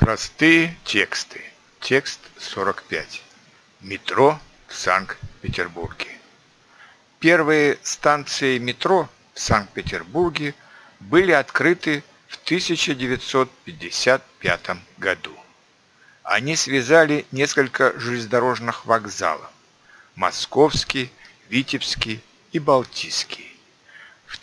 Простые тексты. Текст 45. Метро в Санкт-Петербурге. Первые станции метро в Санкт-Петербурге были открыты в 1955 году. Они связали несколько железнодорожных вокзалов – Московский, Витебский и Балтийский. В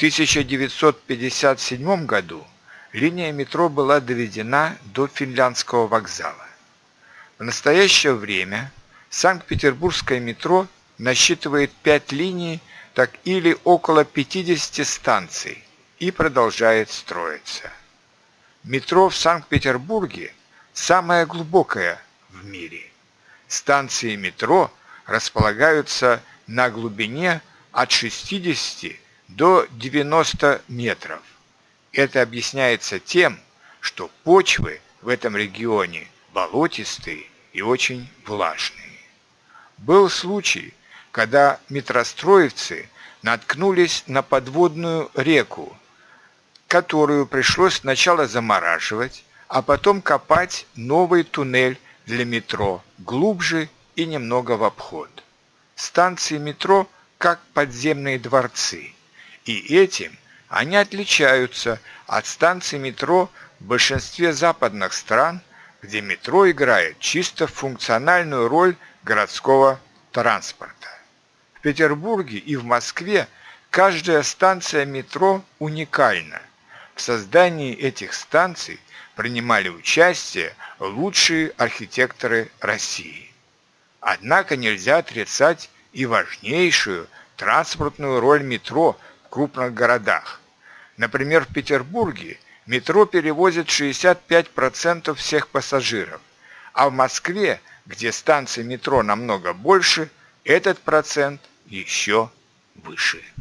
1957 году линия метро была доведена до Финляндского вокзала. В настоящее время Санкт-Петербургское метро насчитывает 5 линий, так или около 50 станций, и продолжает строиться. Метро в Санкт-Петербурге самое глубокое в мире. Станции метро располагаются на глубине от 60 до 90 метров. Это объясняется тем, что почвы в этом регионе болотистые и очень влажные. Был случай, когда метростроевцы наткнулись на подводную реку, которую пришлось сначала замораживать, а потом копать новый туннель для метро глубже и немного в обход. Станции метро как подземные дворцы, и этим они отличаются от станций метро в большинстве западных стран, где метро играет чисто функциональную роль городского транспорта. В Петербурге и в Москве каждая станция метро уникальна. В создании этих станций принимали участие лучшие архитекторы России. Однако нельзя отрицать и важнейшую транспортную роль метро в крупных городах. Например, в Петербурге метро перевозит 65% всех пассажиров, а в Москве, где станций метро намного больше, этот процент еще выше.